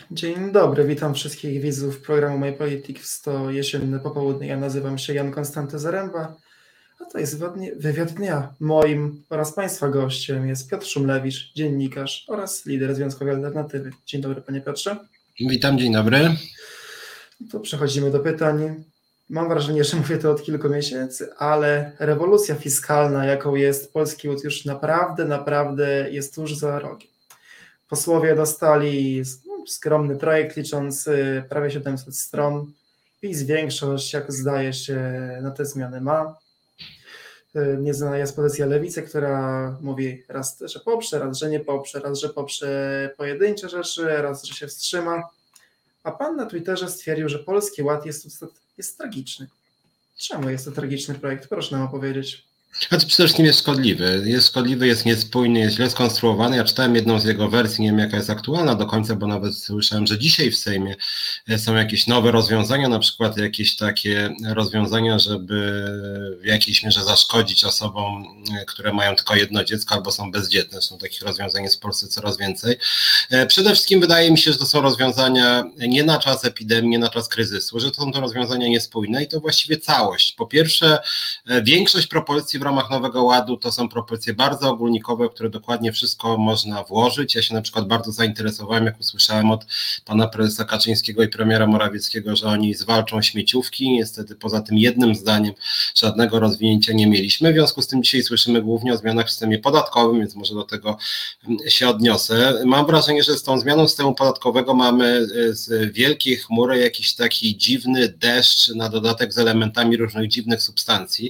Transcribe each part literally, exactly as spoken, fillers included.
Dzień dobry, witam wszystkich widzów programu My Politics. To jesienne popołudnie. Ja nazywam się Jan Konstanty Zaręba, a to jest wywiad dnia. Moim oraz Państwa gościem jest Piotr Szumlewicz, dziennikarz oraz lider Związkowej Alternatywy. Dzień dobry, panie Piotrze. Witam, dzień dobry. To przechodzimy do pytań. Mam wrażenie, że mówię to od kilku miesięcy, ale rewolucja fiskalna, jaką jest Polski Ład, już naprawdę, naprawdę jest tuż za rogiem. Posłowie dostali skromny projekt liczący prawie siedemset stron. PiS większość, jak zdaje się, na te zmiany ma. Nieznana jest pozycja Lewicy, która mówi raz, że poprze, raz, że nie poprze, raz, że poprze pojedyncze rzeczy, raz, że się wstrzyma. A pan na Twitterze stwierdził, że Polski Ład jest, jest tragiczny. Czemu jest to tragiczny projekt? Proszę nam opowiedzieć. Znaczy przede wszystkim jest szkodliwy. Jest szkodliwy, jest niespójny, jest źle skonstruowany. Ja czytałem jedną z jego wersji, nie wiem jaka jest aktualna do końca, bo nawet słyszałem, że dzisiaj w Sejmie są jakieś nowe rozwiązania, na przykład jakieś takie rozwiązania, żeby w jakiejś mierze zaszkodzić osobom, które mają tylko jedno dziecko albo są bezdzietne. Są takich rozwiązań jest w Polsce coraz więcej. Przede wszystkim wydaje mi się, że to są rozwiązania nie na czas epidemii, nie na czas kryzysu, że to są to rozwiązania niespójne i to właściwie całość. Po pierwsze, większość propozycji w ramach Nowego Ładu to są propozycje bardzo ogólnikowe, które dokładnie wszystko można włożyć. Ja się na przykład bardzo zainteresowałem, jak usłyszałem od pana prezesa Kaczyńskiego i premiera Morawieckiego, że oni zwalczą śmieciówki. Niestety poza tym jednym zdaniem żadnego rozwinięcia nie mieliśmy. W związku z tym dzisiaj słyszymy głównie o zmianach w systemie podatkowym, więc może do tego się odniosę. Mam wrażenie, że z tą zmianą systemu podatkowego mamy z wielkiej chmury jakiś taki dziwny deszcz na dodatek z elementami różnych dziwnych substancji.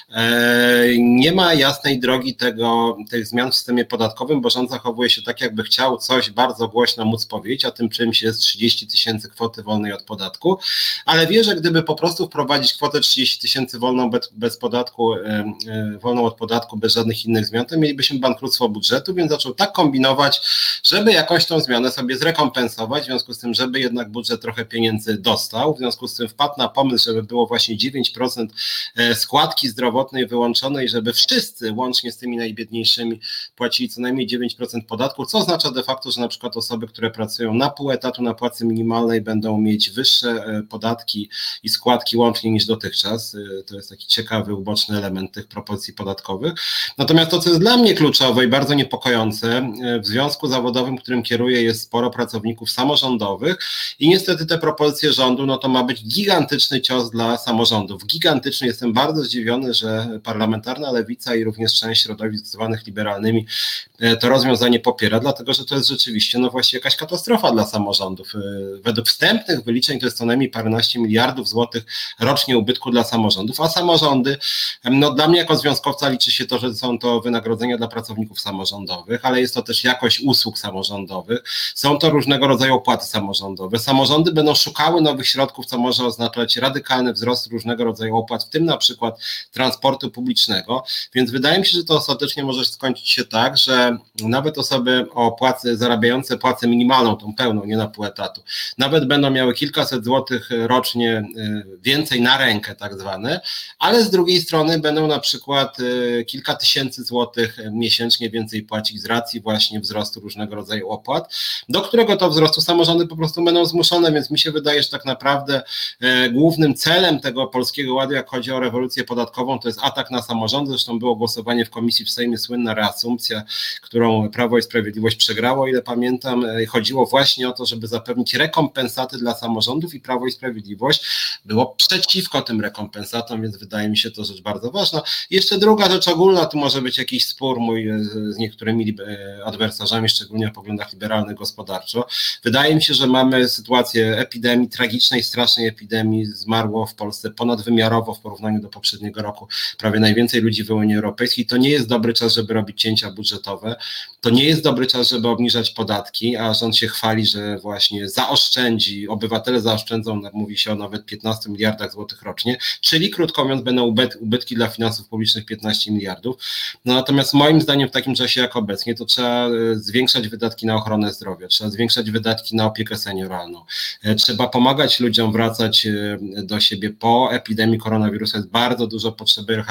Nie ma jasnej drogi tego, tych zmian w systemie podatkowym, bo rząd zachowuje się tak, jakby chciał coś bardzo głośno móc powiedzieć, a tym czymś jest trzydzieści tysięcy kwoty wolnej od podatku, ale wie, że gdyby po prostu wprowadzić kwotę trzydzieści tysięcy wolną bez, bez podatku, wolną od podatku, bez żadnych innych zmian, to mielibyśmy bankructwo budżetu, więc zaczął tak kombinować, żeby jakąś tą zmianę sobie zrekompensować, w związku z tym, żeby jednak budżet trochę pieniędzy dostał, w związku z tym wpadł na pomysł, żeby było właśnie dziewięć procent składki zdrowotnej wyłączonej, żeby wszyscy, łącznie z tymi najbiedniejszymi, płacili co najmniej dziewięć procent podatku, co oznacza de facto, że na przykład osoby, które pracują na pół etatu na płacy minimalnej będą mieć wyższe podatki i składki łącznie niż dotychczas. To jest taki ciekawy, uboczny element tych propozycji podatkowych. Natomiast to, co jest dla mnie kluczowe i bardzo niepokojące, w związku zawodowym, którym kieruję, jest sporo pracowników samorządowych i niestety te propozycje rządu, no to ma być gigantyczny cios dla samorządów. Gigantyczny, jestem bardzo zdziwiony, że parlamentarna lewica i również część środowisk zwanych liberalnymi to rozwiązanie popiera, dlatego że to jest rzeczywiście no właśnie jakaś katastrofa dla samorządów. Według wstępnych wyliczeń to jest co najmniej paręnaście miliardów złotych rocznie ubytku dla samorządów, a samorządy, no dla mnie jako związkowca liczy się to, że są to wynagrodzenia dla pracowników samorządowych, ale jest to też jakość usług samorządowych, są to różnego rodzaju opłaty samorządowe. Samorządy będą szukały nowych środków, co może oznaczać radykalny wzrost różnego rodzaju opłat, w tym na przykład transportu publicznego, więc wydaje mi się, że to ostatecznie może skończyć się tak, że nawet osoby o płacy, zarabiające płacę minimalną, tą pełną, nie na pół etatu, nawet będą miały kilkaset złotych rocznie więcej na rękę tak zwane, ale z drugiej strony będą na przykład kilka tysięcy złotych miesięcznie więcej płacić z racji właśnie wzrostu różnego rodzaju opłat, do którego to wzrostu samorządy po prostu będą zmuszone, więc mi się wydaje, że tak naprawdę głównym celem tego Polskiego Ładu, jak chodzi o rewolucję podatkową, to jest atak na samorządy. Zresztą było głosowanie w komisji w Sejmie, słynna reasumpcja, którą Prawo i Sprawiedliwość przegrało, ile pamiętam. Chodziło właśnie o to, żeby zapewnić rekompensaty dla samorządów i Prawo i Sprawiedliwość było przeciwko tym rekompensatom, więc wydaje mi się to rzecz bardzo ważna. Jeszcze druga rzecz ogólna, tu może być jakiś spór mój z niektórymi adwersarzami, szczególnie o poglądach liberalnych gospodarczo. Wydaje mi się, że mamy sytuację epidemii, tragicznej, strasznej epidemii. Zmarło w Polsce ponadwymiarowo w porównaniu do poprzedniego roku prawie najwięcej ludzi w Unii Europejskiej. To nie jest dobry czas, żeby robić cięcia budżetowe. To nie jest dobry czas, żeby obniżać podatki, a rząd się chwali, że właśnie zaoszczędzi, obywatele zaoszczędzą, mówi się o nawet piętnastu miliardach złotych rocznie, czyli krótko mówiąc będą ubytki dla finansów publicznych piętnaście miliardów. No natomiast moim zdaniem w takim czasie jak obecnie to trzeba zwiększać wydatki na ochronę zdrowia, trzeba zwiększać wydatki na opiekę senioralną, trzeba pomagać ludziom wracać do siebie po epidemii koronawirusa. Jest bardzo dużo potrzeby rehabilitacji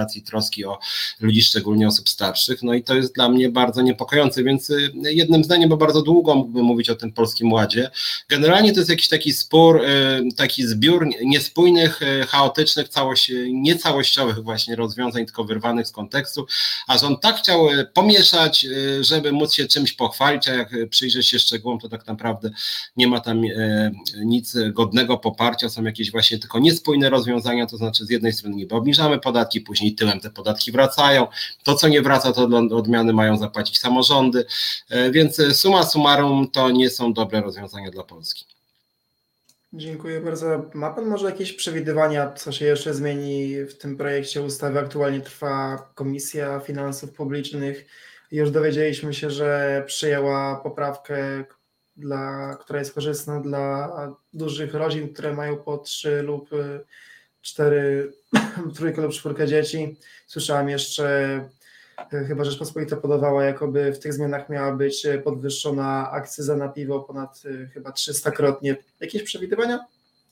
racji troski o ludzi, szczególnie osób starszych. No i to jest dla mnie bardzo niepokojące, więc jednym zdaniem, bo bardzo długo mógłbym mówić o tym Polskim Ładzie. Generalnie to jest jakiś taki spór, taki zbiór niespójnych, chaotycznych, całość, niecałościowych właśnie rozwiązań, tylko wyrwanych z kontekstu, a rząd tak chciał pomieszać, żeby móc się czymś pochwalić, a jak przyjrzeć się szczegółom, to tak naprawdę nie ma tam nic godnego poparcia, są jakieś właśnie tylko niespójne rozwiązania, to znaczy z jednej strony niby obniżamy podatki, później tyłem te podatki wracają, to co nie wraca, to dla odmiany mają zapłacić samorządy, więc summa summarum to nie są dobre rozwiązania dla Polski. Dziękuję bardzo. Ma Pan może jakieś przewidywania, co się jeszcze zmieni w tym projekcie ustawy? Aktualnie trwa Komisja Finansów Publicznych. Już dowiedzieliśmy się, że przyjęła poprawkę, dla, która jest korzystna dla dużych rodzin, które mają po trzy lub cztery, trójkę lub czwórkę dzieci. Słyszałem jeszcze, chyba Rzeczpospolita podawała, jakoby w tych zmianach miała być podwyższona akcyza na piwo ponad chyba trzystakrotnie. Jakieś przewidywania?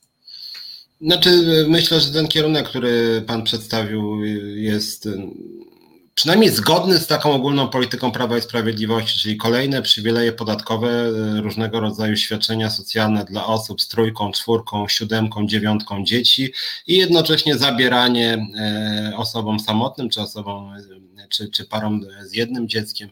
Znaczy, myślę, że ten kierunek, który Pan przedstawił, jest przynajmniej zgodny z taką ogólną polityką Prawa i Sprawiedliwości, czyli kolejne przywileje podatkowe, różnego rodzaju świadczenia socjalne dla osób z trójką, czwórką, siódemką, dziewiątką dzieci i jednocześnie zabieranie osobom samotnym czy osobom czy, czy parom z jednym dzieckiem.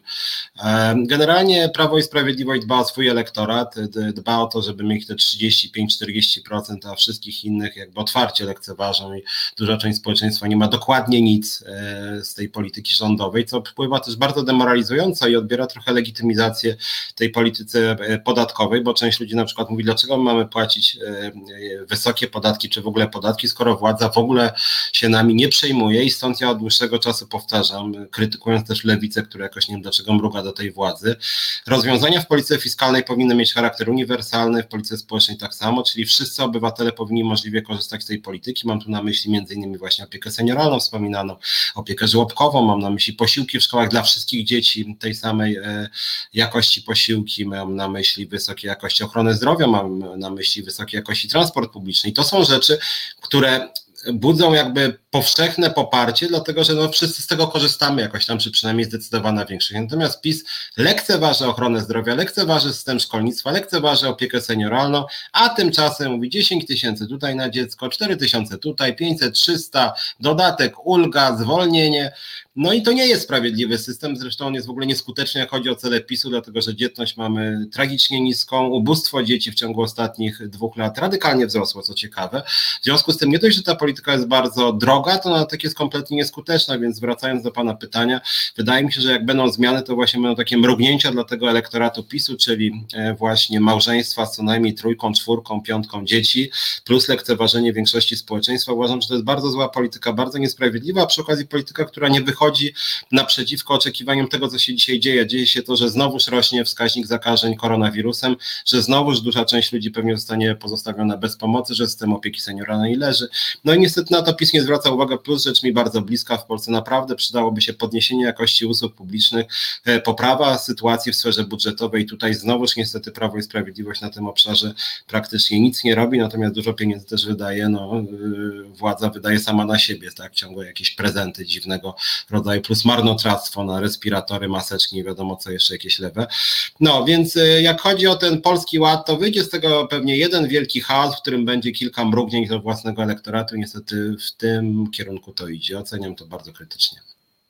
Generalnie Prawo i Sprawiedliwość dba o swój elektorat, dba o to, żeby mieć te trzydzieści pięć do czterdziestu procent, a wszystkich innych jakby otwarcie lekceważą i duża część społeczeństwa nie ma dokładnie nic z tej polityki rządowej, co wpływa też bardzo demoralizująco i odbiera trochę legitymizację tej polityce podatkowej, bo część ludzi na przykład mówi, dlaczego mamy płacić wysokie podatki, czy w ogóle podatki, skoro władza w ogóle się nami nie przejmuje i stąd ja od dłuższego czasu powtarzam, krytykując też lewicę, która jakoś nie wiem dlaczego mruga do tej władzy. Rozwiązania w polityce fiskalnej powinny mieć charakter uniwersalny, w polityce społecznej tak samo, czyli wszyscy obywatele powinni możliwie korzystać z tej polityki. Mam tu na myśli między innymi właśnie opiekę senioralną wspominaną, opiekę żłobkową, mam na myśli posiłki w szkołach dla wszystkich dzieci, tej samej e, jakości posiłki, mam na myśli wysokiej jakości ochrony zdrowia, mam na myśli wysokiej jakości transport publiczny i to są rzeczy, które budzą jakby powszechne poparcie, dlatego że no wszyscy z tego korzystamy jakoś tam, czy przynajmniej zdecydowana większość. Natomiast PiS lekceważy ochronę zdrowia, lekceważy system szkolnictwa, lekceważy opiekę senioralną, a tymczasem mówi dziesięć tysięcy tutaj na dziecko, cztery tysiące tutaj, pięćset, trzysta, dodatek, ulga, zwolnienie. No i to nie jest sprawiedliwy system, zresztą on jest w ogóle nieskuteczny, jak chodzi o cele PiSu, dlatego że dzietność mamy tragicznie niską, ubóstwo dzieci w ciągu ostatnich dwóch lat radykalnie wzrosło, co ciekawe. W związku z tym nie dość, że ta polityka jest bardzo droga, to ona tak jest kompletnie nieskuteczna, więc wracając do Pana pytania, wydaje mi się, że jak będą zmiany, to właśnie będą takie mrugnięcia dla tego elektoratu PiSu, czyli właśnie małżeństwa z co najmniej trójką, czwórką, piątką dzieci, plus lekceważenie większości społeczeństwa. Uważam, że to jest bardzo zła polityka, bardzo niesprawiedliwa, a przy okazji polityka, która nie wychodzi naprzeciwko oczekiwaniom tego, co się dzisiaj dzieje. Dzieje się to, że znowuż rośnie wskaźnik zakażeń koronawirusem, że znowuż duża część ludzi pewnie zostanie pozostawiona bez pomocy, że system opieki senioralnej leży. No i niestety na to PiS nie zwraca uwagi, plus rzecz mi bardzo bliska, w Polsce naprawdę przydałoby się podniesienie jakości usług publicznych, poprawa sytuacji w sferze budżetowej. Tutaj znowuż niestety Prawo i Sprawiedliwość na tym obszarze praktycznie nic nie robi, natomiast dużo pieniędzy też wydaje, no władza wydaje sama na siebie, tak, ciągle jakieś prezenty dziwnego rodzaju, plus marnotrawstwo na respiratory, maseczki, nie wiadomo co jeszcze, jakieś lewe. No więc jak chodzi o ten Polski Ład, to wyjdzie z tego pewnie jeden wielki chaos, w którym będzie kilka mrugnięć do własnego elektoratu. Niestety w tym kierunku to idzie. Oceniam to bardzo krytycznie.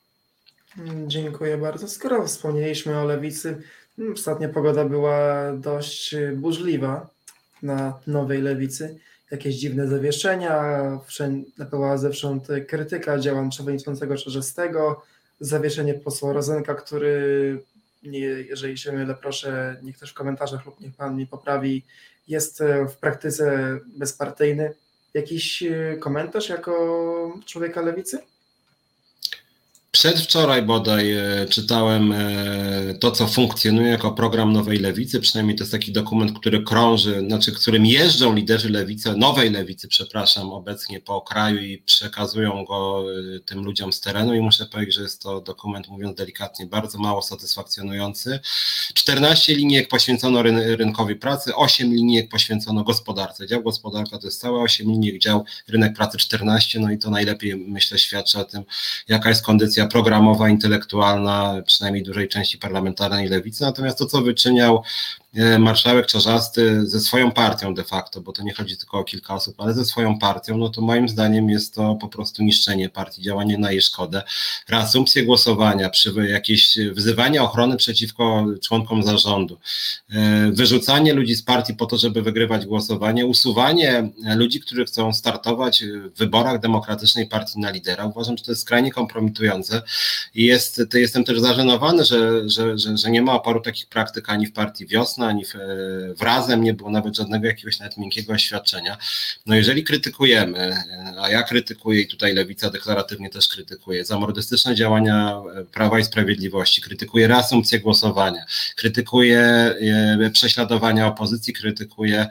Dziękuję bardzo. Skoro wspomnieliśmy o lewicy, ostatnia pogoda była dość burzliwa na nowej lewicy. Jakieś dziwne zawieszenia, napływała zewsząd krytyka działań przewodniczącego Czarzastego, zawieszenie posła Rozenka, który, nie, jeżeli się mylę, proszę, niech też w komentarzach lub niech Pan mi poprawi, jest w praktyce bezpartyjny. Jakiś komentarz jako człowieka lewicy? Przedwczoraj bodaj czytałem to, co funkcjonuje jako program Nowej Lewicy, przynajmniej to jest taki dokument, który krąży, znaczy którym jeżdżą liderzy lewicy, Nowej Lewicy, przepraszam, obecnie po kraju i przekazują go tym ludziom z terenu i muszę powiedzieć, że jest to dokument, mówiąc delikatnie, bardzo mało satysfakcjonujący. czternaście linijek poświęcono ryn- rynkowi pracy, osiem linijek poświęcono gospodarce. Dział gospodarka to jest całe osiem linijek, dział rynek pracy czternaście, no i to najlepiej, myślę, świadczy o tym, jaka jest kondycja programowa, intelektualna, przynajmniej dużej części parlamentarnej lewicy. Natomiast to, co wyczyniał marszałek Czarzasty ze swoją partią de facto, bo to nie chodzi tylko o kilka osób, ale ze swoją partią, no to moim zdaniem jest to po prostu niszczenie partii, działanie na jej szkodę, reasumpcję głosowania, przy jakieś wzywanie ochrony przeciwko członkom zarządu, wyrzucanie ludzi z partii po to, żeby wygrywać głosowanie, usuwanie ludzi, którzy chcą startować w wyborach demokratycznej partii na lidera. Uważam, że to jest skrajnie kompromitujące i jest, to jestem też zażenowany, że, że, że, że nie ma oporu takich praktyk ani w partii Wiosna, ani w, w Razem, nie było nawet żadnego jakiegoś nawet miękkiego oświadczenia. No jeżeli krytykujemy, a ja krytykuję i tutaj Lewica deklaratywnie też krytykuje, zamordystyczne działania Prawa i Sprawiedliwości, krytykuje reasumpcję głosowania, krytykuje prześladowania opozycji, krytykuje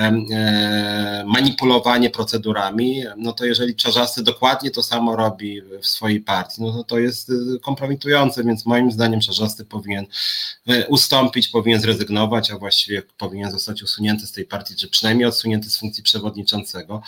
manipulowanie procedurami, no to jeżeli Czarzasty dokładnie to samo robi w swojej partii, no to to jest kompromitujące, więc moim zdaniem Czarzasty powinien ustąpić, powinien zrezygnować, a właściwie powinien zostać usunięty z tej partii, czy przynajmniej odsunięty z funkcji przewodniczącego.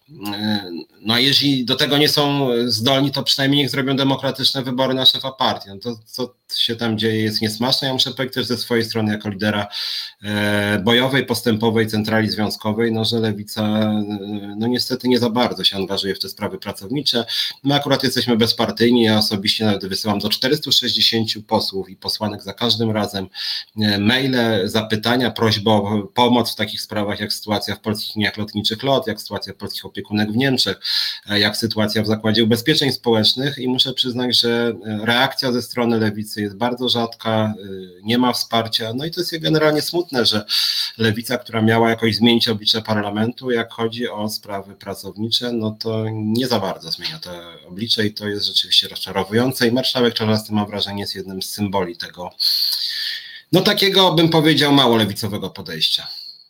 No a jeżeli do tego nie są zdolni, to przynajmniej niech zrobią demokratyczne wybory na szefa partii. No to co się tam dzieje jest niesmaczne. Ja muszę powiedzieć też ze swojej strony jako lidera bojowej, postępowej centrali związkowej, no że Lewica no niestety nie za bardzo się angażuje w te sprawy pracownicze. My akurat jesteśmy bezpartyjni, ja osobiście nawet wysyłam do czterystu sześćdziesięciu posłów i posłanek za każdym razem maile, zapytania, prośby o pomoc w takich sprawach jak sytuacja w polskich liniach lotniczych LOT, jak sytuacja polskich opiekunek w Niemczech, jak sytuacja w Zakładzie Ubezpieczeń Społecznych i muszę przyznać, że reakcja ze strony Lewicy jest bardzo rzadka, nie ma wsparcia, no i to jest generalnie smutne, że Lewica, która miała jakoś zmienić oblicze parlamentu, jak chodzi o sprawy pracownicze, no to nie za bardzo zmienia to oblicze i to jest rzeczywiście rozczarowujące i marszałek Czarzasty, mam wrażenie, jest jednym z symboli tego, no takiego, bym powiedział, mało lewicowego podejścia.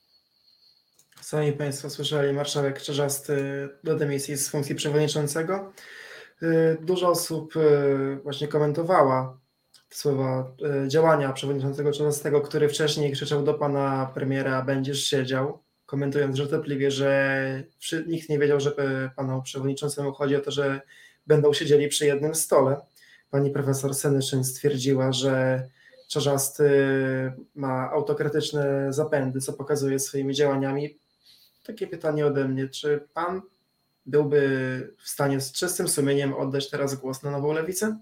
Sami Państwo słyszeli, marszałek Czarzasty do dymisji z funkcji przewodniczącego. Dużo osób właśnie komentowała słowa działania przewodniczącego Czarzastego, który wcześniej krzyczał do pana premiera: będziesz siedział, komentując żartobliwie, że nikt nie wiedział, że panu przewodniczącemu chodzi o to, że będą siedzieli przy jednym stole. Pani profesor Senyszyn stwierdziła, że Czarzasty ma autokrytyczne zapędy, co pokazuje swoimi działaniami. Takie pytanie ode mnie, czy pan byłby w stanie z czystym sumieniem oddać teraz głos na Nową Lewicę?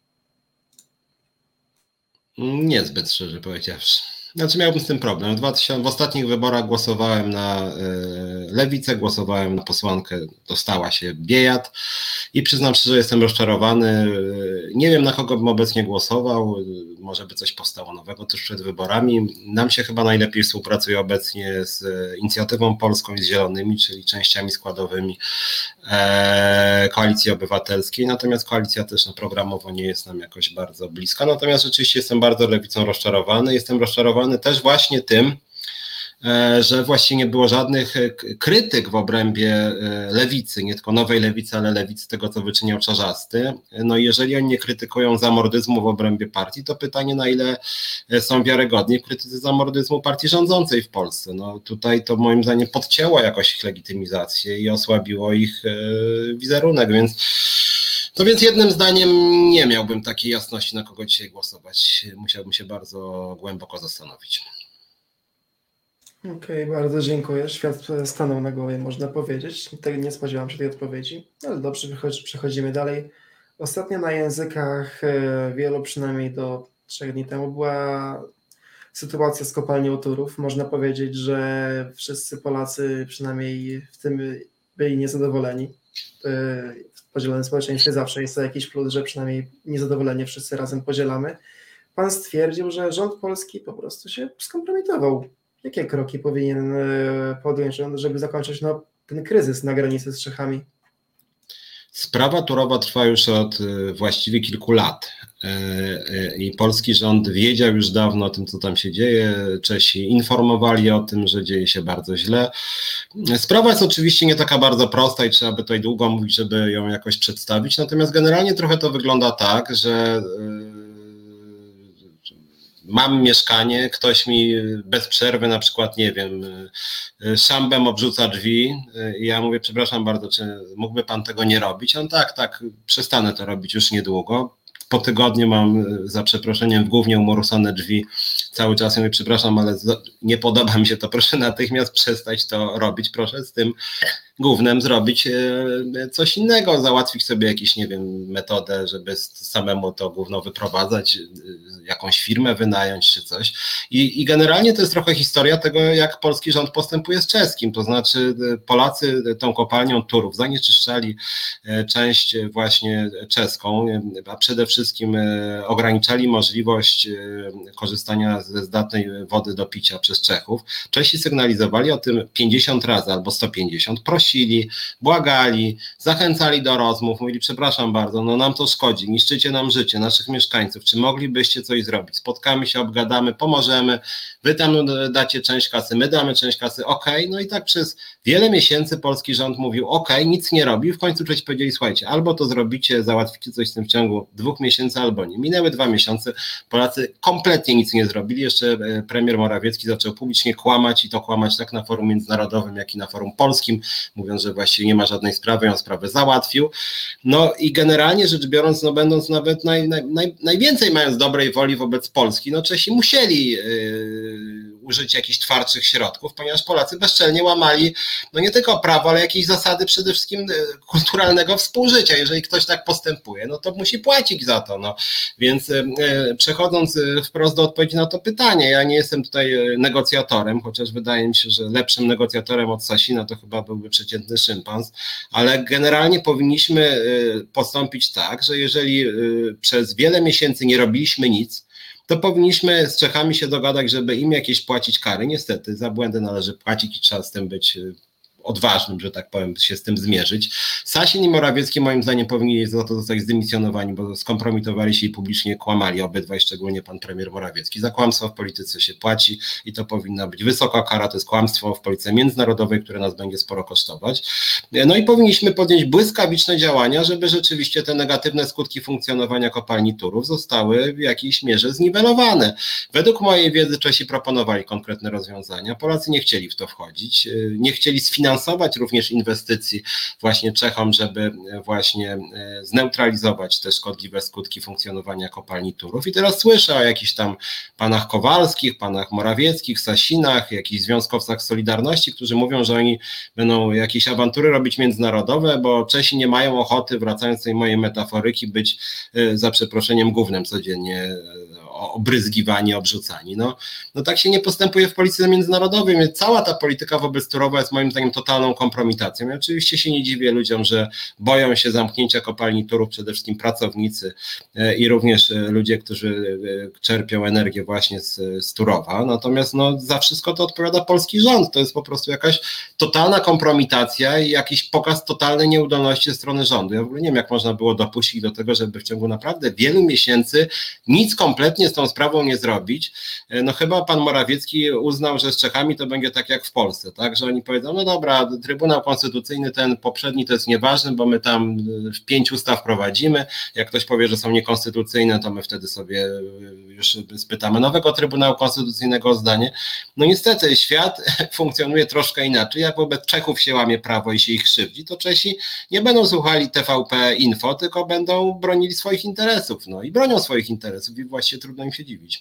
Niezbyt, szczerze powiedziawszy. Znaczy miałbym z tym problem. W, dwa tysiące, w ostatnich wyborach głosowałem na y, Lewicę, głosowałem na posłankę, dostała się Biejat i przyznam szczerze, że jestem rozczarowany. Nie wiem, na kogo bym obecnie głosował, może by coś powstało nowego tuż przed wyborami. Nam się chyba najlepiej współpracuje obecnie z Inicjatywą Polską i z Zielonymi, czyli częściami składowymi e, Koalicji Obywatelskiej, natomiast koalicja też no, programowo nie jest nam jakoś bardzo bliska, natomiast rzeczywiście jestem bardzo lewicą rozczarowany, jestem rozczarowany też właśnie tym, że właściwie nie było żadnych krytyk w obrębie lewicy, nie tylko Nowej Lewicy, ale lewicy tego, co wyczyniał Czarzasty. No i jeżeli oni nie krytykują zamordyzmu w obrębie partii, to pytanie, na ile są wiarygodni w krytyce zamordyzmu partii rządzącej w Polsce. No tutaj to moim zdaniem podcięło jakoś ich legitymizację i osłabiło ich wizerunek, więc no więc jednym zdaniem nie miałbym takiej jasności, na kogo dzisiaj głosować. Musiałbym się bardzo głęboko zastanowić. Okej, okay, bardzo dziękuję. Świat stanął na głowie, można powiedzieć. Tego nie spodziewałam się tej odpowiedzi, ale dobrze, przechodzimy dalej. Ostatnio na językach wielu, przynajmniej do trzech dni temu, była sytuacja z kopalnią Turów. Można powiedzieć, że wszyscy Polacy przynajmniej w tym byli niezadowoleni. W podzielonym społeczeństwie zawsze jest to jakiś plus, że przynajmniej niezadowolenie wszyscy razem podzielamy. Pan stwierdził, że rząd polski po prostu się skompromitował. Jakie kroki powinien podjąć rząd, żeby zakończyć no, ten kryzys na granicy z Czechami? Sprawa Turowa trwa już od właściwie kilku lat i polski rząd wiedział już dawno o tym, co tam się dzieje. Czesi informowali o tym, że dzieje się bardzo źle. Sprawa jest oczywiście nie taka bardzo prosta i trzeba by tutaj długo mówić, żeby ją jakoś przedstawić, natomiast generalnie trochę to wygląda tak, że mam mieszkanie, ktoś mi bez przerwy na przykład, nie wiem, szambem obrzuca drzwi i ja mówię, przepraszam bardzo, czy mógłby pan tego nie robić? On tak, tak, przestanę to robić już niedługo. Po tygodniu mam, za przeproszeniem, w gównie umorusane drzwi cały czas. Ja mówię, przepraszam, ale nie podoba mi się to, proszę natychmiast przestać to robić, proszę z tym gównem zrobić coś innego, załatwić sobie jakąś, nie wiem, metodę, żeby samemu to gówno wyprowadzać, jakąś firmę wynająć czy coś. I, i generalnie to jest trochę historia tego, jak polski rząd postępuje z czeskim, to znaczy Polacy tą kopalnią Turów zanieczyszczali część właśnie czeską, a przede wszystkim ograniczali możliwość korzystania ze zdatnej wody do picia przez Czechów. Czesi sygnalizowali o tym pięćdziesiąt razy albo sto pięćdziesiąt, prosili, błagali, zachęcali do rozmów, mówili, przepraszam bardzo, no nam to szkodzi, niszczycie nam życie, naszych mieszkańców, czy moglibyście coś zrobić, spotkamy się, obgadamy, pomożemy, wy tam dacie część kasy, my damy część kasy, okej, okay. No i tak przez wiele miesięcy polski rząd mówił, okej, okay, nic nie robi, w końcu Czesi powiedzieli, słuchajcie, albo to zrobicie, załatwicie coś z tym w ciągu dwóch miesięcy, albo nie. Minęły dwa miesiące, Polacy kompletnie nic nie zrobili, jeszcze premier Morawiecki zaczął publicznie kłamać i to kłamać tak na forum międzynarodowym, jak i na forum polskim, mówiąc, że właściwie nie ma żadnej sprawy, on sprawę załatwił. No i generalnie rzecz biorąc, no będąc nawet naj, naj, naj, najwięcej mając dobrej woli wobec Polski, no Czesi musieli yy, użyć jakichś twardszych środków, ponieważ Polacy bezczelnie łamali no nie tylko prawo, ale jakieś zasady przede wszystkim yy, kulturalnego współżycia. Jeżeli ktoś tak postępuje, no to musi płacić za to. No. Więc yy, przechodząc yy, wprost do odpowiedzi na to pytanie, ja nie jestem tutaj yy, negocjatorem, chociaż wydaje mi się, że lepszym negocjatorem od Sasina to chyba byłby przeciętny szympans, ale generalnie powinniśmy postąpić tak, że jeżeli przez wiele miesięcy nie robiliśmy nic, to powinniśmy z Czechami się dogadać, żeby im jakieś płacić kary. Niestety za błędy należy płacić i trzeba z tym być odważnym, że tak powiem, się z tym zmierzyć. Sasin i Morawiecki moim zdaniem powinni za to zostać zdymisjonowani, bo skompromitowali się i publicznie kłamali obydwaj, szczególnie pan premier Morawiecki. Za kłamstwo w polityce się płaci i to powinna być wysoka kara, to jest kłamstwo w polityce międzynarodowej, które nas będzie sporo kosztować. No i powinniśmy podjąć błyskawiczne działania, żeby rzeczywiście te negatywne skutki funkcjonowania kopalni Turów zostały w jakiejś mierze zniwelowane. Według mojej wiedzy Czesi proponowali konkretne rozwiązania, Polacy nie chcieli w to wchodzić, nie chcieli sfinansować również inwestycji właśnie Czechom, żeby właśnie zneutralizować te szkodliwe skutki funkcjonowania kopalni Turów. I teraz słyszę o jakichś tam panach Kowalskich, panach Morawieckich, Sasinach, jakichś związkowcach Solidarności, którzy mówią, że oni będą jakieś awantury robić międzynarodowe, bo Czesi nie mają ochoty, wracając do tej mojej metaforyki, być za przeproszeniem gównem codziennie obryzgiwani, obrzucani. No, no tak się nie postępuje w polityce międzynarodowej. Cała ta polityka wobec Turowa jest moim zdaniem totalną kompromitacją. Ja oczywiście się nie dziwię ludziom, że boją się zamknięcia kopalni Turów, przede wszystkim pracownicy i również ludzie, którzy czerpią energię właśnie z, z Turowa. Natomiast no, za wszystko to odpowiada polski rząd. To jest po prostu jakaś totalna kompromitacja i jakiś pokaz totalnej nieudolności ze strony rządu. Ja w ogóle nie wiem, jak można było dopuścić do tego, żeby w ciągu naprawdę wielu miesięcy nic kompletnie z tą sprawą nie zrobić. No chyba pan Morawiecki uznał, że z Czechami to będzie tak jak w Polsce, tak, że oni powiedzą, no dobra, Trybunał Konstytucyjny ten poprzedni to jest nieważny, bo my tam w pięć ustaw prowadzimy, jak ktoś powie, że są niekonstytucyjne, to my wtedy sobie już spytamy nowego Trybunału Konstytucyjnego o zdanie. No niestety świat funkcjonuje troszkę inaczej, jak wobec Czechów się łamie prawo i się ich krzywdzi, to Czesi nie będą słuchali T V P Info, tylko będą bronili swoich interesów, no i bronią swoich interesów i właściwie trudno im się dziwić.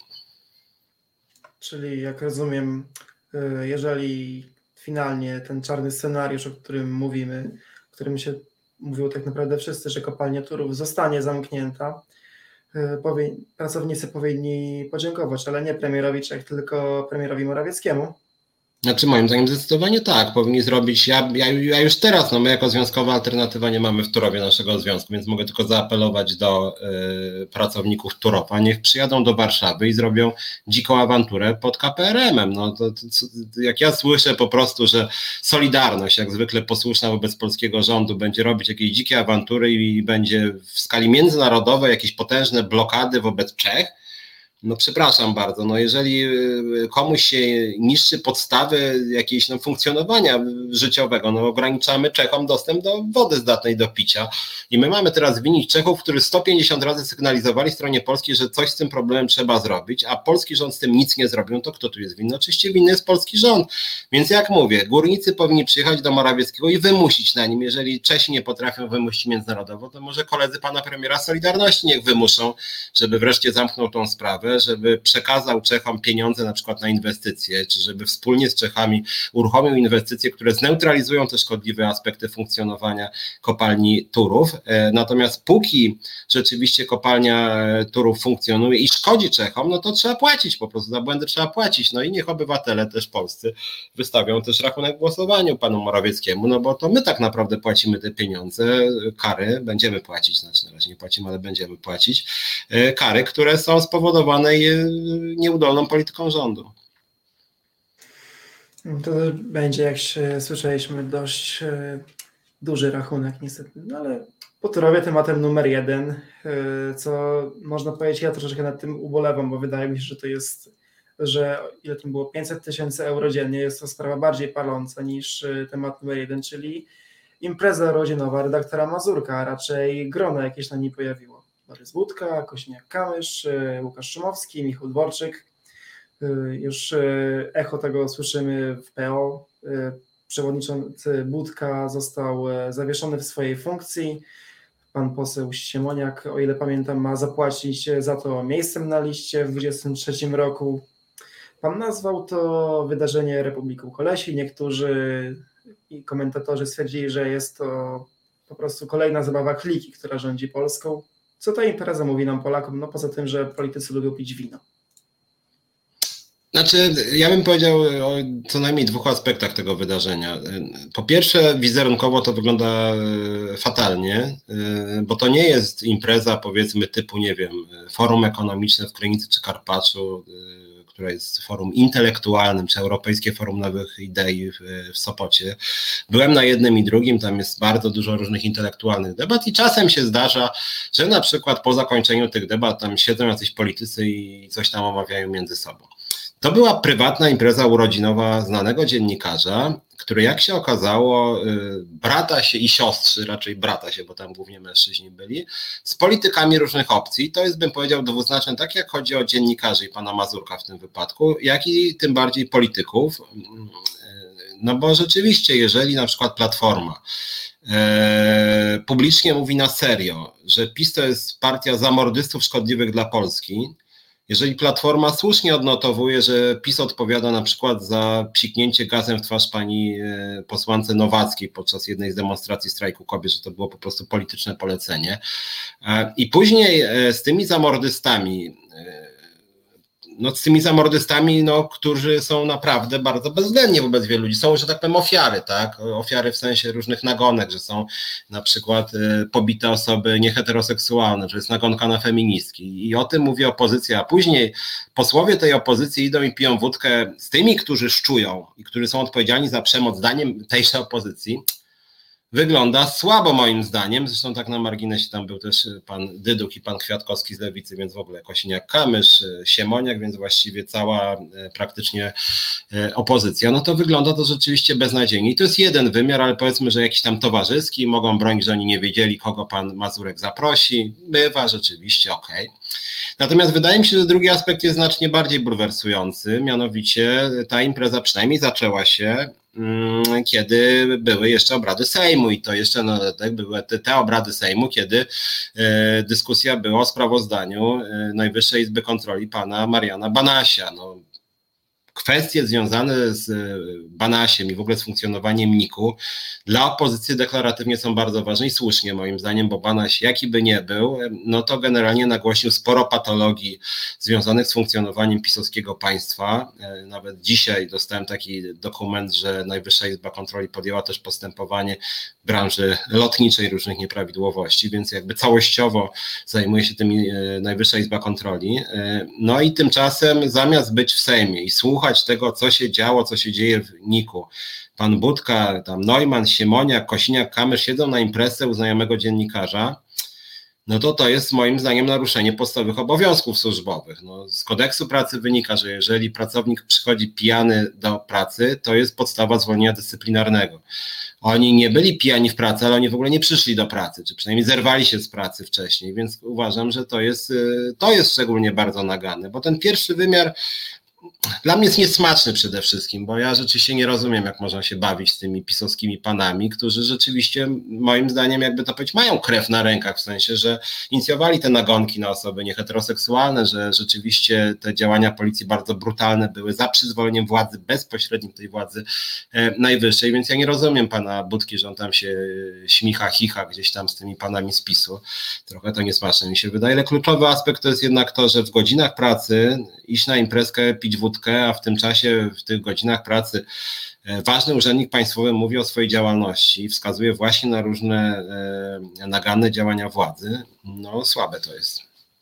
Czyli jak rozumiem, jeżeli finalnie ten czarny scenariusz, o którym mówimy, o którym się mówią tak naprawdę wszyscy, że kopalnia Turów zostanie zamknięta, powie, pracownicy powinni podziękować, ale nie premierowi Czech, tylko premierowi Morawieckiemu. Znaczy moim zdaniem zdecydowanie tak, powinni zrobić, ja, ja, ja już teraz, no my jako Związkowa Alternatywa nie mamy w Turowie naszego związku, więc mogę tylko zaapelować do y, pracowników Turowa, niech przyjadą do Warszawy i zrobią dziką awanturę pod K P R M-em. No to, to, to, jak ja słyszę po prostu, że Solidarność, jak zwykle posłuszna wobec polskiego rządu, będzie robić jakieś dzikie awantury i będzie w skali międzynarodowej jakieś potężne blokady wobec Czech, no przepraszam bardzo, no jeżeli komuś się niszczy podstawy jakiejś no, funkcjonowania życiowego, no ograniczamy Czechom dostęp do wody zdatnej do picia i my mamy teraz winić Czechów, którzy sto pięćdziesiąt razy sygnalizowali stronie polskiej, że coś z tym problemem trzeba zrobić, a polski rząd z tym nic nie zrobił, to kto tu jest winny? Oczywiście winny jest polski rząd, więc jak mówię, górnicy powinni przyjechać do Morawieckiego i wymusić na nim, jeżeli Czesi nie potrafią wymusić międzynarodowo, to może koledzy pana premiera Solidarności niech wymuszą, żeby wreszcie zamknął tą sprawę, żeby przekazał Czechom pieniądze na przykład na inwestycje, czy żeby wspólnie z Czechami uruchomił inwestycje, które zneutralizują te szkodliwe aspekty funkcjonowania kopalni Turów. Natomiast póki rzeczywiście kopalnia Turów funkcjonuje i szkodzi Czechom, no to trzeba płacić po prostu, za błędy trzeba płacić. No i niech obywatele też polscy wystawią też rachunek w głosowaniu panu Morawieckiemu, no bo to my tak naprawdę płacimy te pieniądze, kary, będziemy płacić, znaczy na razie nie płacimy, ale będziemy płacić, kary, które są spowodowane nieudolną polityką rządu. To będzie, jak się słyszeliśmy, dość duży rachunek niestety, no ale po Turowie tematem numer jeden, co można powiedzieć, ja troszeczkę nad tym ubolewam, bo wydaje mi się, że to jest, że ile tam było, pięćset tysięcy euro dziennie, jest to sprawa bardziej paląca niż temat numer jeden, czyli impreza rodzinowa redaktora Mazurka, a raczej grono jakieś na niej pojawiło. Borys Budka, Kosiniak-Kamysz, Łukasz Szumowski, Michał Dworczyk. Już echo tego słyszymy w P O. Przewodniczący Budka został zawieszony w swojej funkcji. Pan poseł Siemoniak, o ile pamiętam, ma zapłacić za to miejscem na liście w dwudziestym trzecim roku. Pan nazwał to wydarzenie Republiką Kolesi. Niektórzy i komentatorzy stwierdzili, że jest to po prostu kolejna zabawa kliki, która rządzi Polską. Co ta impreza mówi nam Polakom? No poza tym, że politycy lubią pić wino. Znaczy, ja bym powiedział o co najmniej dwóch aspektach tego wydarzenia. Po pierwsze, wizerunkowo to wygląda fatalnie, bo to nie jest impreza, powiedzmy, typu, nie wiem, forum ekonomiczne w Krynicy czy Karpaczu, które jest forum intelektualnym, czy Europejskie Forum Nowych Idei w, w Sopocie. Byłem na jednym i drugim, tam jest bardzo dużo różnych intelektualnych debat i czasem się zdarza, że na przykład po zakończeniu tych debat tam siedzą jacyś politycy i coś tam omawiają między sobą. To była prywatna impreza urodzinowa znanego dziennikarza, który, jak się okazało, brata się i siostrzy, raczej brata się, bo tam głównie mężczyźni byli, z politykami różnych opcji. To jest, bym powiedział, dwuznaczne, tak jak chodzi o dziennikarzy i pana Mazurka w tym wypadku, jak i tym bardziej polityków. No bo rzeczywiście, jeżeli na przykład Platforma e, publicznie mówi na serio, że PiS to jest partia zamordystów szkodliwych dla Polski, jeżeli Platforma słusznie odnotowuje, że PiS odpowiada na przykład za psiknięcie gazem w twarz pani posłance Nowackiej podczas jednej z demonstracji strajku kobiet, że to było po prostu polityczne polecenie. I później z tymi zamordystami, no z tymi zamordystami, no, którzy są naprawdę bardzo bezwzględni wobec wielu ludzi. Są, że tak powiem, ofiary, tak? Ofiary w sensie różnych nagonek, że są na przykład y, pobite osoby nieheteroseksualne, że jest nagonka na feministki. I o tym mówi opozycja. A później posłowie tej opozycji idą i piją wódkę z tymi, którzy szczują i którzy są odpowiedzialni za przemoc, zdaniem tejże opozycji. Wygląda słabo moim zdaniem, zresztą tak na marginesie tam był też pan Dyduch i pan Kwiatkowski z Lewicy, więc w ogóle Kosiniak-Kamysz, Siemoniak, więc właściwie cała praktycznie opozycja, no to wygląda to rzeczywiście beznadziejnie. I to jest jeden wymiar, ale powiedzmy, że jakiś tam towarzyski, mogą bronić, że oni nie wiedzieli, kogo pan Mazurek zaprosi, bywa rzeczywiście okej. Okay. Natomiast wydaje mi się, że drugi aspekt jest znacznie bardziej bulwersujący, mianowicie ta impreza przynajmniej zaczęła się, kiedy były jeszcze obrady Sejmu i to jeszcze na dodatek były te, te obrady Sejmu, kiedy e, dyskusja była o sprawozdaniu e, Najwyższej Izby Kontroli pana Mariana Banasia. No, kwestie związane z Banasiem i w ogóle z funkcjonowaniem N I K-u dla opozycji deklaratywnie są bardzo ważne i słusznie moim zdaniem, bo Banaś jaki by nie był, no to generalnie nagłośnił sporo patologii związanych z funkcjonowaniem pisowskiego państwa. Nawet dzisiaj dostałem taki dokument, że Najwyższa Izba Kontroli podjęła też postępowanie w branży lotniczej różnych nieprawidłowości, więc jakby całościowo zajmuje się tym Najwyższa Izba Kontroli. No i tymczasem zamiast być w Sejmie i słuchać tego, co się działo, co się dzieje w N I K-u, pan Budka, tam Neumann, Siemoniak, Kosiniak, Kamysz siedzą na imprezie u znajomego dziennikarza, no to to jest moim zdaniem naruszenie podstawowych obowiązków służbowych. No, z kodeksu pracy wynika, że jeżeli pracownik przychodzi pijany do pracy, to jest podstawa zwolnienia dyscyplinarnego. Oni nie byli pijani w pracy, ale oni w ogóle nie przyszli do pracy, czy przynajmniej zerwali się z pracy wcześniej, więc uważam, że to jest, to jest szczególnie bardzo naganne, bo ten pierwszy wymiar dla mnie jest niesmaczny przede wszystkim, bo ja rzeczywiście nie rozumiem, jak można się bawić z tymi pisowskimi panami, którzy rzeczywiście moim zdaniem, jakby to powiedzieć, mają krew na rękach, w sensie, że inicjowali te nagonki na osoby nieheteroseksualne, że rzeczywiście te działania policji bardzo brutalne były za przyzwoleniem władzy, bezpośredniej tej władzy e, najwyższej, więc ja nie rozumiem pana Budki, że on tam się śmicha, chicha gdzieś tam z tymi panami z PiSu. Trochę to niesmaczne mi się wydaje, ale kluczowy aspekt to jest jednak to, że w godzinach pracy iść na imprezkę, pić wódkę, a w tym czasie, w tych godzinach pracy ważny urzędnik państwowy mówi o swojej działalności, wskazuje właśnie na różne e, naganne działania władzy. No słabe to jest.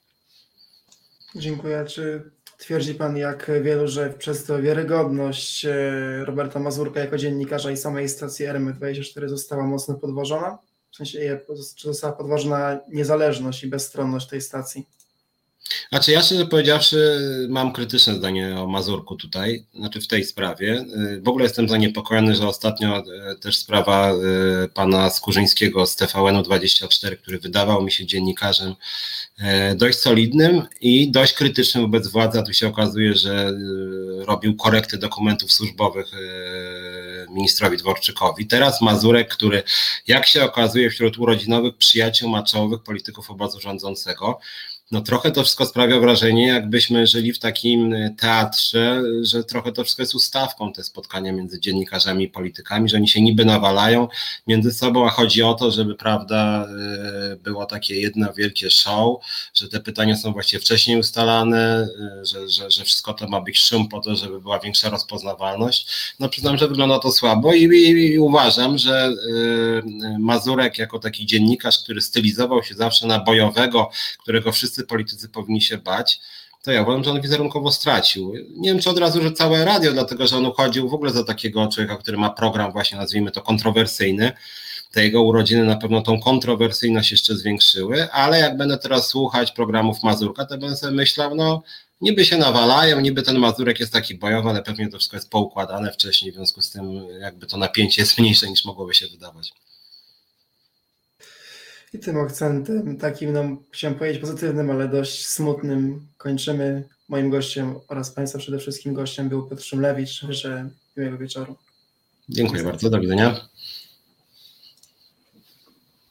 Dziękuję. Czy twierdzi pan, jak wielu, że przez to wiarygodność Roberta Mazurka jako dziennikarza i samej stacji R M F dwadzieścia cztery została mocno podważona? W sensie, czy została podważona niezależność i bezstronność tej stacji? Znaczy ja szczerze powiedziawszy mam krytyczne zdanie o Mazurku tutaj, znaczy w tej sprawie. W ogóle jestem zaniepokojony, że ostatnio też sprawa pana Skurzyńskiego z T V N dwadzieścia cztery, który wydawał mi się dziennikarzem dość solidnym i dość krytycznym wobec władzy, a tu się okazuje, że robił korekty dokumentów służbowych ministrowi Dworczykowi. Teraz Mazurek, który jak się okazuje wśród urodzinowych przyjaciół ma czołowych polityków obozu rządzącego, no trochę to wszystko sprawia wrażenie, jakbyśmy żyli w takim teatrze, że trochę to wszystko jest ustawką, te spotkania między dziennikarzami i politykami, że oni się niby nawalają między sobą, a chodzi o to, żeby prawda było takie jedno wielkie show, że te pytania są właściwie wcześniej ustalane, że, że, że wszystko to ma być szum po to, żeby była większa rozpoznawalność. No przyznam, że wygląda to słabo i, i, i uważam, że Mazurek jako taki dziennikarz, który stylizował się zawsze na bojowego, którego wszyscy politycy powinni się bać, to ja uważam, że on wizerunkowo stracił. Nie wiem, czy od razu, że całe radio, dlatego że on uchodził w ogóle za takiego człowieka, który ma program właśnie, nazwijmy to kontrowersyjny. Te jego urodziny na pewno tą kontrowersyjność jeszcze zwiększyły, ale jak będę teraz słuchać programów Mazurka, to będę sobie myślał, no niby się nawalają, niby ten Mazurek jest taki bojowy, ale pewnie to wszystko jest poukładane wcześniej, w związku z tym jakby to napięcie jest mniejsze niż mogłoby się wydawać. I tym akcentem takim, no chciałem powiedzieć pozytywnym, ale dość smutnym kończymy. Moim gościem oraz Państwa przede wszystkim gościem był Piotr Szymlewicz. Życzę miłego wieczoru. Dziękuję bardzo, do widzenia.